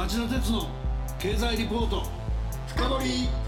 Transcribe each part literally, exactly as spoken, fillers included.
町田鉄の経済リポート深掘り。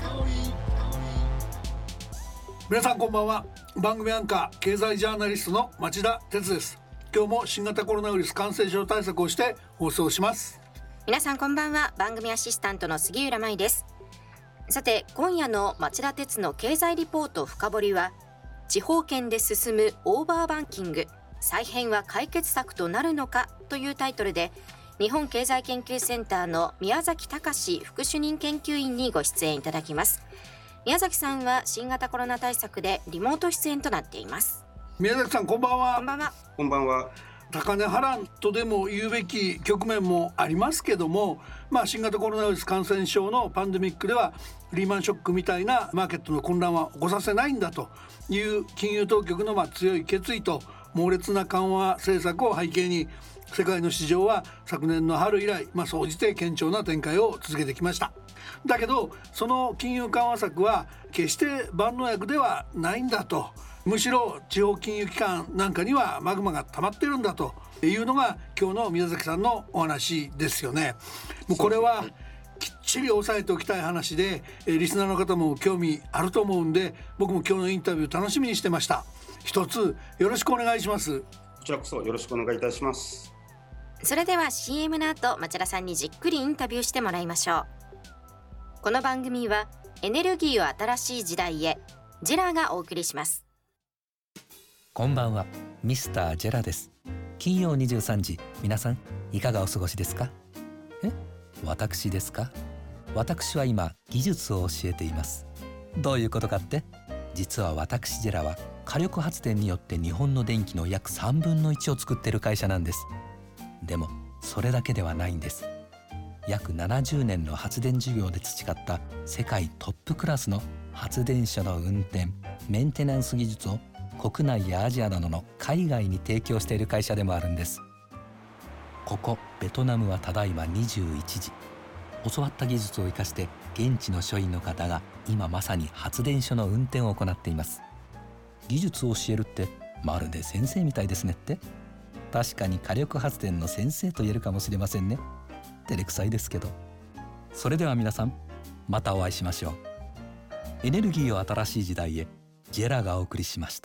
皆さんこんばんは。番組アンカー経済ジャーナリストの町田鉄です。今日も新型コロナウイルス感染症対策をして放送します。 皆さんこんばんは。番組アシスタントの杉浦舞です。さて、今夜の町田鉄の経済リポート深掘りは、地方圏で進むオーバーバンキング、再編は解決策となるのかというタイトルで、日本経済研究センターの宮崎隆副主任研究員にご出演いただきます。宮崎さんは新型コロナ対策でリモート出演となっています。 宮崎さんこんばんは。 こんばんは。 こんばんは。 高値波乱とでも言うべき局面もありますけども、まあ、新型コロナウイルス感染症のパンデミックではリーマンショックみたいなマーケットの混乱は起こさせないんだという金融当局のまあ強い決意と猛烈な緩和政策を背景に、世界の市場は昨年の春以来、まあ、総じて堅調な展開を続けてきました。だけどその金融緩和策は決して万能薬ではないんだと、むしろ地方金融機関なんかにはマグマが溜まってるんだというのが今日の宮崎さんのお話ですよね。もうこれはきっちり押さえておきたい話で、リスナーの方も興味あると思うんで、僕も今日のインタビュー楽しみにしてました。一つよろしくお願いします。 こちらこそよろしくお願いいたします。 それでは シーエム の後、町田さんにじっくりインタビューしてもらいましょう。この番組はエネルギーを新しい時代へ、ジェラがお送りします。 こんばんは、ミスタージェラです。金曜にじゅうさんじ、皆さんいかがお過ごしですか？え、私ですか？私は今技術を教えています。どういうことかって、実は私ジェラは火力発電によって日本の電気の約さんぶんのいちを作っている会社なんです。でもそれだけではないんです。約ななじゅうねんの発電事業で培った世界トップクラスの発電所の運転・メンテナンス技術を国内やアジアなどの海外に提供している会社でもあるんです。ここベトナムはただいまにじゅういちじ。教わった技術を生かして現地の所員の方が今まさに発電所の運転を行っています。技術を教えるってまるで先生みたいですねって。確かに火力発電の先生と言えるかもしれませんね。照れくさいですけど。それでは皆さん、またお会いしましょう。エネルギーを新しい時代へ、ジェラがお送りしました。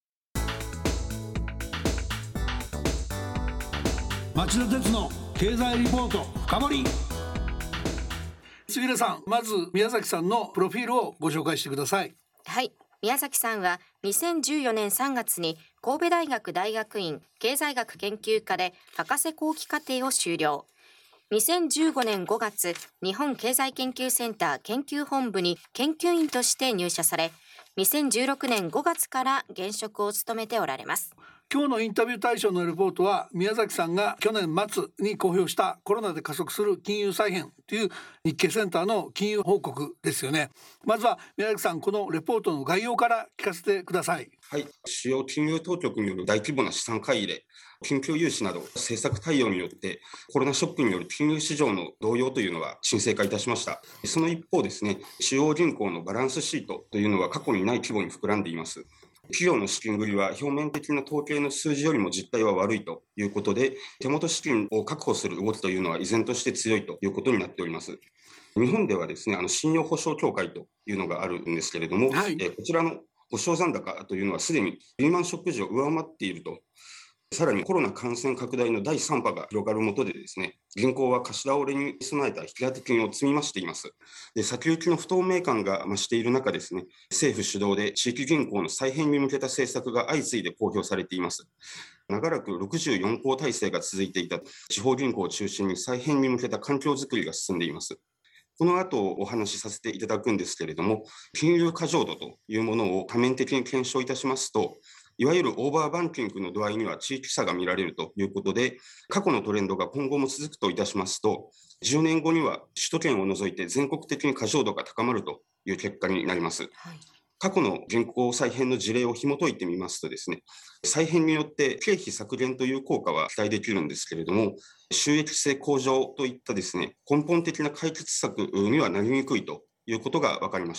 町田鉄の経済リポート深掘り。杉浦さん、まず宮崎さんのプロフィールをご紹介してください。 はい、宮崎さんはにせんじゅうよねんさんがつに神戸大学大学院経済学研究科で博士後期課程を修了。にせんじゅうごねんごがつ、日本経済研究センター研究本部に研究員として入社され、にせんじゅうろくねんごがつから現職を務めておられます。 今日のインタビュー対象のレポートは、宮崎さんが去年末に公表したコロナで加速する金融再編という日経センターの金融報告ですよね。まずは宮崎さん、このレポートの概要から聞かせてください。 はい、主要金融当局による大規模な資産買い入れ、緊急融資など政策対応によってコロナショックによる金融市場の動揺というのは沈静化いたしました。その一方ですね、主要銀行のバランスシートというのは過去にない規模に膨らんでいます。企業の資金繰りは表面的な統計の数字よりも実態は悪いということで、手元資金を確保する動きというのは依然として強いということになっております。日本ではですね、あの信用保証協会というのがあるんですけれども、はい、えこちらの保証残高というのはすでにリーマンショック時を上回っていると。さらにコロナ感染拡大のだいさん波が広がる下でですね、銀行は貸し倒れに備えた引き当て金を積み増しています。で、先行きの不透明感が増している中ですね、政府主導で地域銀行の再編に向けた政策が相次いで公表されています。長らくろくじゅうよん行体制が続いていた地方銀行を中心に再編に向けた環境づくりが進んでいます。この後お話しさせていただくんですけれども、金融過剰度というものを多面的に検証いたしますと、いわゆるオーバーバンキングの度合いには地域差が見られるということで、過去のトレンドが今後も続くといたしますと、じゅうねんごには首都圏を除いて全国的に過剰度が高まるという結果になります。はい、過去の銀行再編の事例を紐解いてみますとですね、再編によって経費削減という効果は期待できるんですけれども、収益性向上といったですね、根本的な解決策にはなりにくいということが分かりました。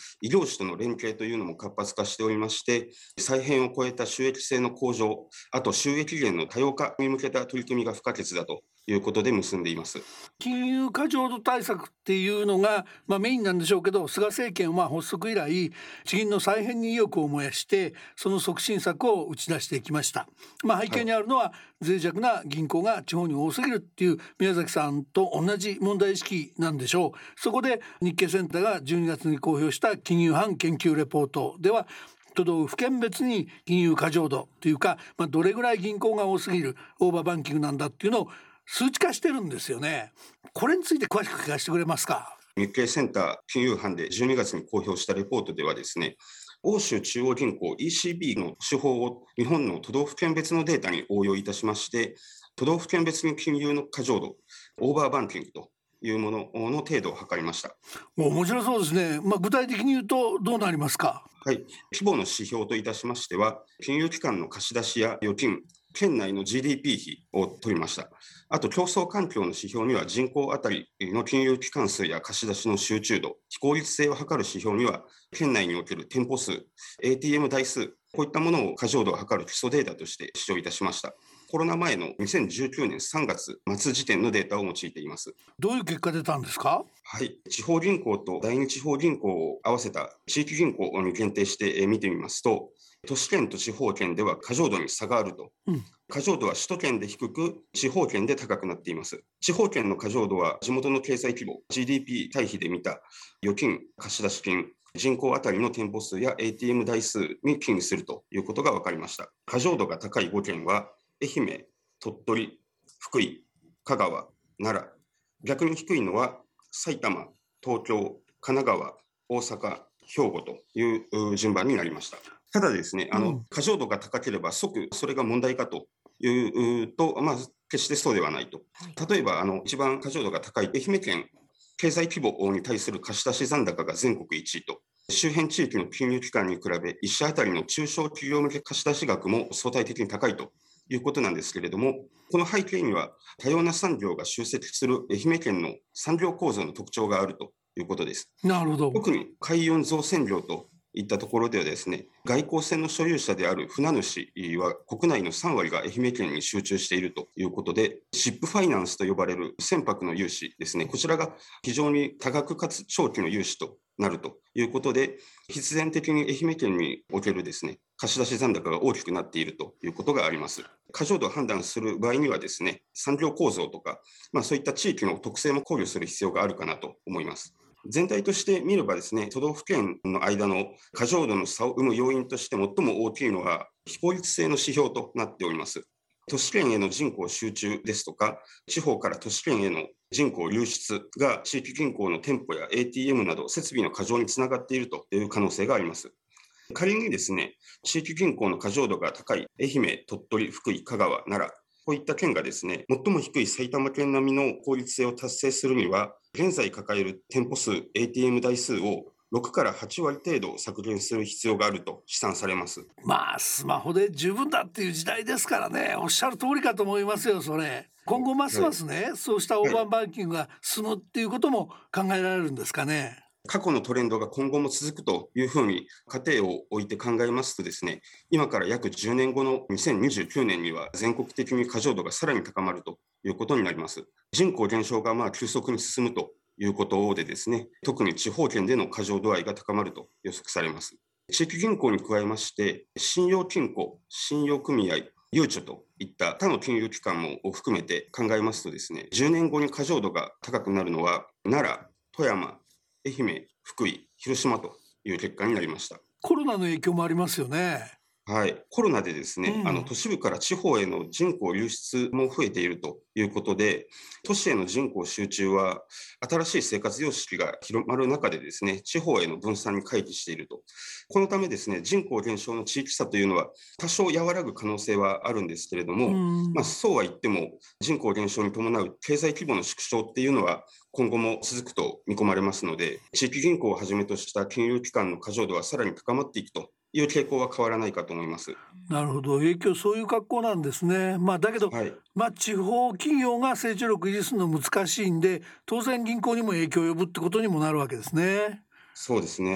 異業種との連携というのも活発化しておりまして、再編を超えた収益性の向上、あと収益源の多様化に向けた取り組みが不可欠だということで結んでいます。 金融過剰度対策っていうのが、まあ、メインなんでしょうけど、菅政権は発足以来地銀の再編に意欲を燃やしてその促進策を打ち出してきました。まあ、背景にあるのは、はい、脆弱な銀行が地方に多すぎるっていう宮崎さんと同じ問題意識なんでしょう。そこで日経センターがじゅうにがつに公表した金融班研究レポートでは、都道府県別に金融過剰度というか、まあ、どれぐらい銀行が多すぎるオーバーバンキングなんだっていうのを数値化してるんですよね。これについて詳しく聞かせてくれますか。 日経センター金融班でじゅうにがつに公表したレポートではですね、欧州中央銀行 イーシービー の手法を日本の都道府県別のデータに応用いたしまして、都道府県別に金融の過剰度、オーバーバンキングというものの程度を測りました。 もう面白そうですね。まあ、具体的に言うとどうなりますか。 はい、規模の指標といたしましては、金融機関の貸し出しや預金、県内の ジーディーピー 比を取りました。あと競争環境の指標には、人口あたりの金融機関数や貸し出しの集中度、非効率性を測る指標には、県内における店舗数、エーティーエム 台数、こういったものを過剰度を測る基礎データとして使用いたしました。コロナ前のにせんじゅうきゅうねんさんがつ末時点のデータを用いています。 どういう結果出たんですか。 はい、地方銀行と第二地方銀行を合わせた地域銀行に限定して見てみますと、都市圏と地方圏では過剰度に差があると、うん、過剰度は首都圏で低く地方圏で高くなっています。地方圏の過剰度は地元の経済規模 ジーディーピー 対比で見た預金、貸出金、人口あたりの店舗数や エーティーエム 台数に起因するということが分かりました。過剰度が高いご県は愛媛、鳥取、福井、香川、奈良、逆に低いのは埼玉、東京、神奈川、大阪、兵庫という順番になりました。ただですね、あの、うん、過剰度が高ければ即それが問題かというと、まあ、決してそうではないと。例えばあの一番過剰度が高い愛媛県、経済規模に対する貸出残高が全国いちいと、周辺地域の金融機関に比べいっ社あたりの中小企業向け貸出額も相対的に高いということなんですけれども、この背景には多様な産業が集積する愛媛県の産業構造の特徴があるということです。 なるほど。 特に海運造船業といったところではですね、外交船の所有者である船主は国内のさんわりが愛媛県に集中しているということで、シップファイナンスと呼ばれる船舶の融資ですね、こちらが非常に多額かつ長期の融資となるということで、必然的に愛媛県におけるですね、貸し出し残高が大きくなっているということがあります。過剰度を判断する場合にはですね、産業構造とか、まあ、そういった地域の特性も考慮する必要があるかなと思います。全体として見ればですね、都道府県の間の過剰度の差を生む要因として最も大きいのは非効率性の指標となっております。都市圏への人口集中ですとか、地方から都市圏への人口流出が地域銀行の店舗や エーティーエム など設備の過剰につながっているという可能性があります。仮にですね、地域銀行の過剰度が高い愛媛、鳥取、福井、香川、奈良、こういった県がですね、最も低い埼玉県並みの効率性を達成するには、現在抱える店舗数、エーティーエム 台数をろくからはちわり程度削減する必要があると試算されます。 まあスマホで十分だっていう時代ですからね、おっしゃる通りかと思いますよ。それ今後ますますね、はい、そうしたオーバーバンキングが進むっていうことも考えられるんですかね。 過去のトレンドが今後も続くというふうに過程を置いて考えますとですね、今から約じゅうねんごのにせんにじゅうきゅうねんには全国的に過剰度がさらに高まるということになります。人口減少がまあ急速に進むということでですね、特に地方圏での過剰度合いが高まると予測されます。地域銀行に加えまして、信用金庫、信用組合、ゆうちょといった他の金融機関も含めて考えますとですね、じゅうねんごに過剰度が高くなるのは奈良、富山、愛媛、福井、広島という結果になりました。 コロナの影響もありますよね。 はい、コロナでですね、うん、あの都市部から地方への人口流出も増えているということで、都市への人口集中は新しい生活様式が広まる中でですね、地方への分散に回帰していると。このためですね、人口減少の地域差というのは多少和らぐ可能性はあるんですけれども、うん、まあ、そうは言っても人口減少に伴う経済規模の縮小っていうのは今後も続くと見込まれますので、地域銀行をはじめとした金融機関の過剰度はさらに高まっていくという傾向は変わらないかと思います。 なるほど、影響そういう格好なんですね。まあ、だけど、はい、まあ、地方企業が成長力維持するの難しいんで、当然銀行にも影響を及ぶってことにもなるわけですね。 そうですね。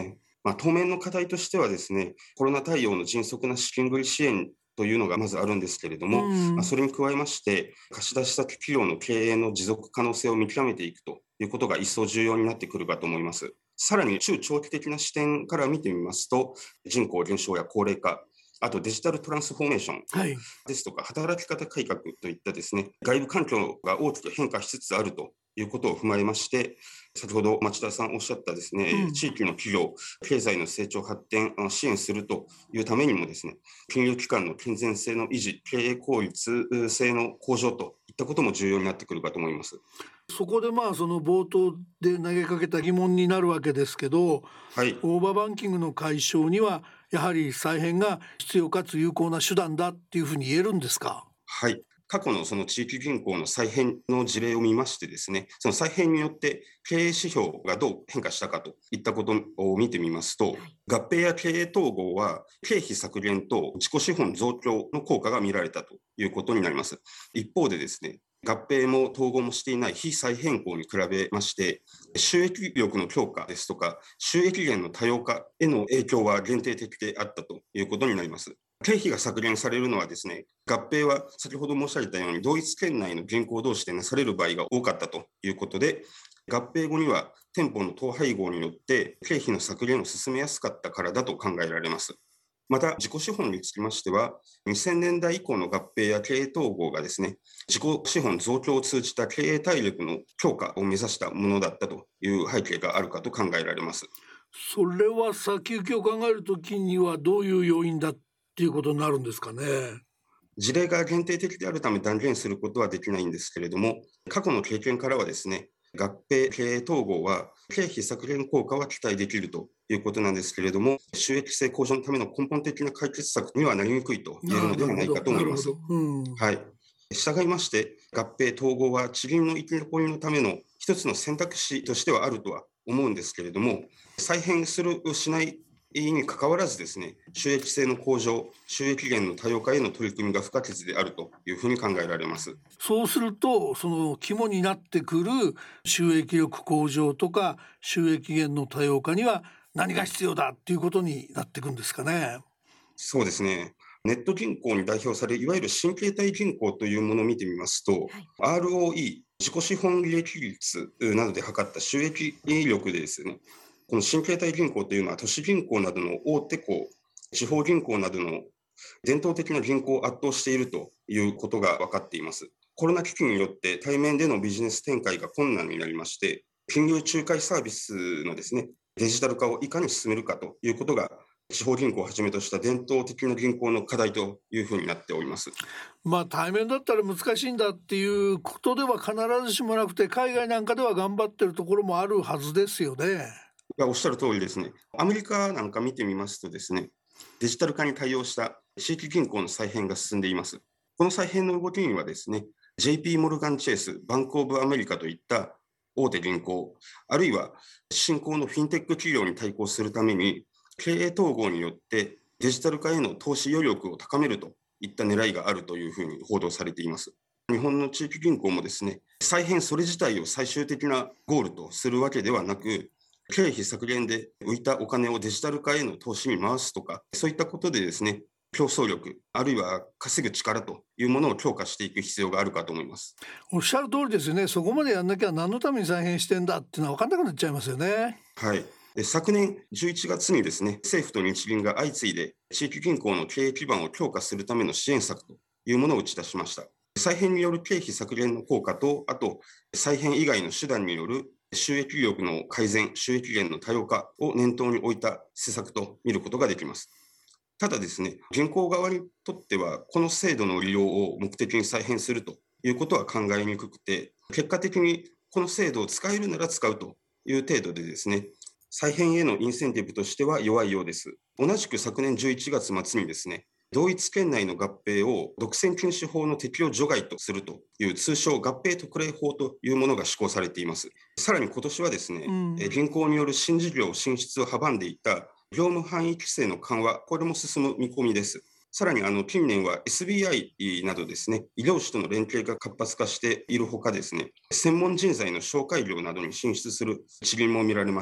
まあ、当面の課題としてはですね、コロナ対応の迅速な資金繰り支援というのがまずあるんですけれども、まあ、それに加えまして、貸出先企業の経営の持続可能性を見極めていくということが一層重要になってくるかと思います。さらに中長期的な視点から見てみますと、人口減少や高齢化、あとデジタルトランスフォーメーションですとか、はい、働き方改革といったですね、外部環境が大きく変化しつつあるということを踏まえまして、先ほど町田さんおっしゃったですね、うん、地域の企業、経済の成長発展を支援するというためにもですね、金融機関の健全性の維持、経営効率性の向上といったことも重要になってくるかと思います。 そこでまあその冒頭で投げかけた疑問になるわけですけど、はい、オーバーバンキングの解消にはやはり再編が必要かつ有効な手段だっていうふうに言えるんですか？ はい、過去のその地域銀行の再編の事例を見ましてですね、その再編によって経営指標がどう変化したかといったことを見てみますと、合併や経営統合は経費削減と自己資本増強の効果が見られたということになります。一方でですね、合併も統合もしていない非再編校に比べまして、収益力の強化ですとか、収益源の多様化への影響は限定的であったということになります。経費が削減されるのはですね、合併は先ほど申し上げたように同一県内の銀行同士でなされる場合が多かったということで、合併後には店舗の統廃合によって経費の削減を進めやすかったからだと考えられます。また、自己資本につきましては、にせんねんだい以降の合併や経営統合がですね、自己資本増強を通じた経営体力の強化を目指したものだったという背景があるかと考えられます。 それは先行きを考えるときにはどういう要因だっていうことになるんですかね？ 事例が限定的であるため断言することはできないんですけれども、過去の経験からはですね、合併、経営統合は経費削減効果は期待できるということなんですけれども、収益性向上のための根本的な解決策にはなりにくいと言えるのではないかと思います。うん、はい。従いまして、合併統合は地銀の生き残りのための一つの選択肢としてはあるとは思うんですけれども、再編するしないに関わらずですね、収益性の向上、収益源の多様化への取り組みが不可欠であるというふうに考えられます。 そうすると、その肝になってくる収益力向上とか収益源の多様化には何が必要だっていうことになっていくんですかね？ そうですね。ネット銀行に代表されるいわゆる新形態銀行というものを見てみますと、はい、アールオーイー、自己資本利益率などで測った収益力でですね、この新形態銀行というのは都市銀行などの大手行、地方銀行などの伝統的な銀行を圧倒しているということが分かっています。コロナ危機によって対面でのビジネス展開が困難になりまして、金融仲介サービスのですね、デジタル化をいかに進めるかということが地方銀行をはじめとした伝統的な銀行の課題というふうになっております。 まあ対面だったら難しいんだっていうことでは必ずしもなくて、海外なんかでは頑張ってるところもあるはずですよね。 いや、おっしゃる通りですね。アメリカなんか見てみますとですね、デジタル化に対応した地域銀行の再編が進んでいます。この再編の動きにはですね、ジェイピー モルガン・チェイス、バンク・オブ・アメリカといった大手銀行、あるいは新興のフィンテック企業に対抗するために、経営統合によってデジタル化への投資余力を高めるといった狙いがあるというふうに報道されています。日本の地域銀行もですね、再編それ自体を最終的なゴールとするわけではなく、経費削減で浮いたお金をデジタル化への投資に回すとか、そういったことでですね、競争力、あるいは稼ぐ力というものを強化していく必要があるかと思います。 おっしゃる通りですよね。そこまでやんなきゃ何のために再編してんだっていうのは分かんなくなっちゃいますよね。 はい。昨年じゅういちがつにですね、政府と日銀が相次いで地域銀行の経営基盤を強化するための支援策というものを打ち出しました。再編による経費削減の効果と、あと再編以外の手段による収益力の改善、収益源の多様化を念頭に置いた施策と見ることができます。ただですね、銀行側にとってはこの制度の利用を目的に再編するということは考えにくくて、結果的にこの制度を使えるなら使うという程度でですね、再編へのインセンティブとしては弱いようです。同じく昨年じゅういちがつ末にですね、同一県内の合併を独占禁止法の適用除外とするという通称合併特例法というものが施行されています。さらに今年はですね、うん、銀行による新事業進出を阻んでいた業務範囲規制の緩和、これも進む見込みです。さらにあの近年は エスビーアイ などですね、異業種との連携が活発化しているほかですね、専門人材の紹介料などに進出する地銀も見られます。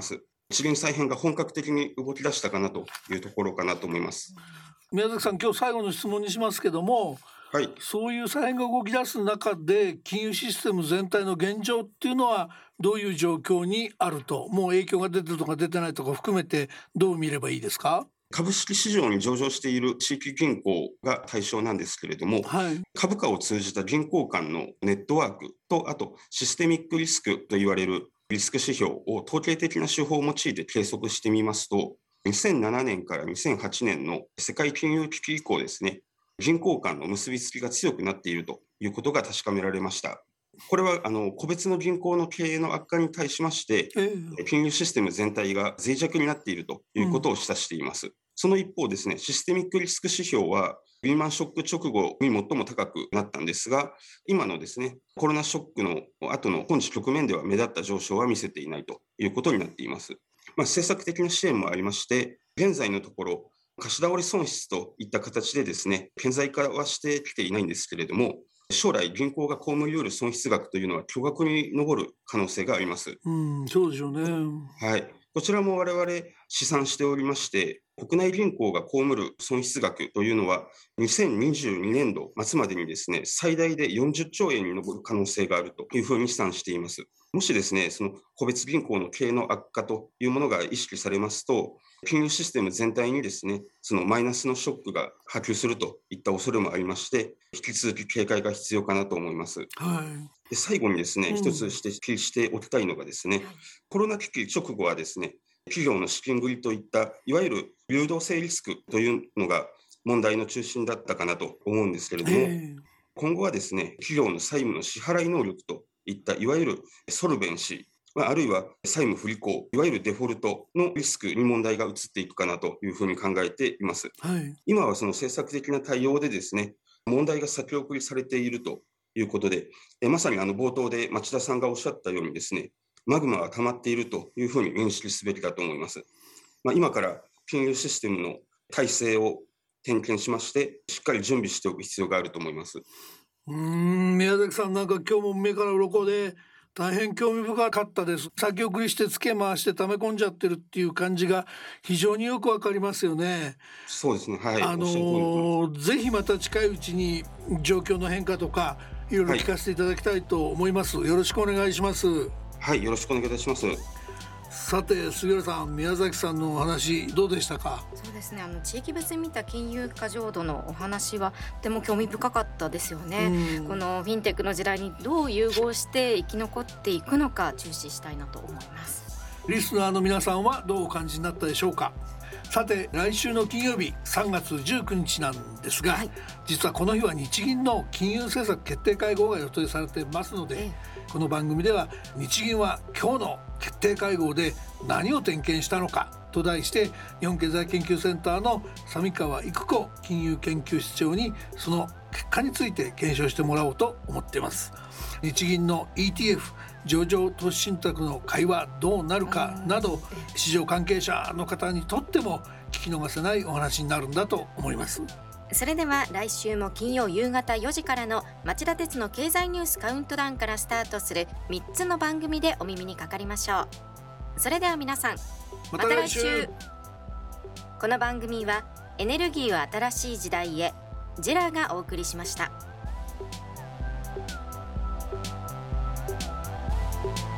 日銀再編が本格的に動き出したかなというところかなと思います。 宮崎さん、今日最後の質問にしますけども、はい、そういう再編が動き出す中で金融システム全体の現状っていうのはどういう状況にあると、もう影響が出てるとか出てないとか含めてどう見ればいいですか？ 株式市場に上場している地域銀行が対象なんですけれども、はい、株価を通じた銀行間のネットワークと、あとシステミックリスクといわれるリスク指標を統計的な手法を用いて計測してみますと、にせんななねんからにせんはちねんの世界金融危機以降ですね、銀行間の結びつきが強くなっているということが確かめられました。これはあの個別の銀行の経営の悪化に対しまして、えー、金融システム全体が脆弱になっているということを示唆しています。うん、その一方ですね、システミックリスク指標はリーマンショック直後に最も高くなったんですが、今のですね、コロナショックの後の本時局面では目立った上昇は見せていないということになっています。まあ、政策的な支援もありまして、現在のところ貸し倒れ損失といった形でですね、顕在化はしてきていないんですけれども、将来銀行が被り得る損失額というのは巨額に上る可能性があります。 うん、そうでしょうね。 はい。こちらも我々試算しておりまして、国内銀行が被る損失額というのはにせんにじゅうにねんど末までにですね、最大でよんじゅっちょうえんに上る可能性があるというふうに試算しています。もしですね、その個別銀行の経営の悪化というものが意識されますと、金融システム全体にですね、そのマイナスのショックが波及するといった恐れもありまして、引き続き警戒が必要かなと思います。 はい、 で最後にですね、うん、一つ指摘しておきたいのがですね、コロナ危機直後はですね、企業の資金繰りといったいわゆる流動性リスクというのが問題の中心だったかなと思うんですけれども、今後はですね、企業の債務の支払い能力といったいわゆるソルベンシー、あるいは債務不履行、いわゆるデフォルトのリスクに問題が移っていくかなというふうに考えています。はい、今はその政策的な対応でですね、問題が先送りされているということで、まさにあの冒頭で町田さんがおっしゃったようにですね、マグマが溜まっているというふうに認識すべきだと思います。まあ、今から金融システムの体制を点検しまして、しっかり準備しておく必要があると思います。 うーん、宮崎さん、なんか今日も目から鱗で大変興味深かったです。先送りしてつけ回して溜め込んじゃってるっていう感じが非常によくわかりますよね。 そうですね、はい、 あのー、ぜひまた近いうちに状況の変化とかいろいろ聞かせていただきたいと思います。はい、よろしくお願いします。 はい、よろしくお願いいたします。 さて杉浦さん、宮崎さんのお話どうでしたか？ そうですね、あの地域別に見た金融過剰度のお話はとても興味深かったですよね。このフィンテックの時代にどう融合して生き残っていくのか注視したいなと思います。 リスナーの皆さんはどうお感じになったでしょうか？さて来週の金曜日さんがつじゅうくにちなんですが、はい、実はこの日は日銀の金融政策決定会合が予定されていますので、ええ、この番組では日銀は今日の決定会合で何を点検したのかと題して日本経済研究センターの三川育子金融研究室長にその結果について検証してもらおうと思っています。日銀の イーティーエフ 上場投資信託の買いはどうなるかなど市場関係者の方にとっても聞き逃せないお話になるんだと思います。 それでは来週も金曜夕方よじからの町田鉄の経済ニュースカウントダウンからスタートするみっつの番組でお耳にかかりましょう。それでは皆さん、また来週。この番組はエネルギーを新しい時代へジェラがお送りしました。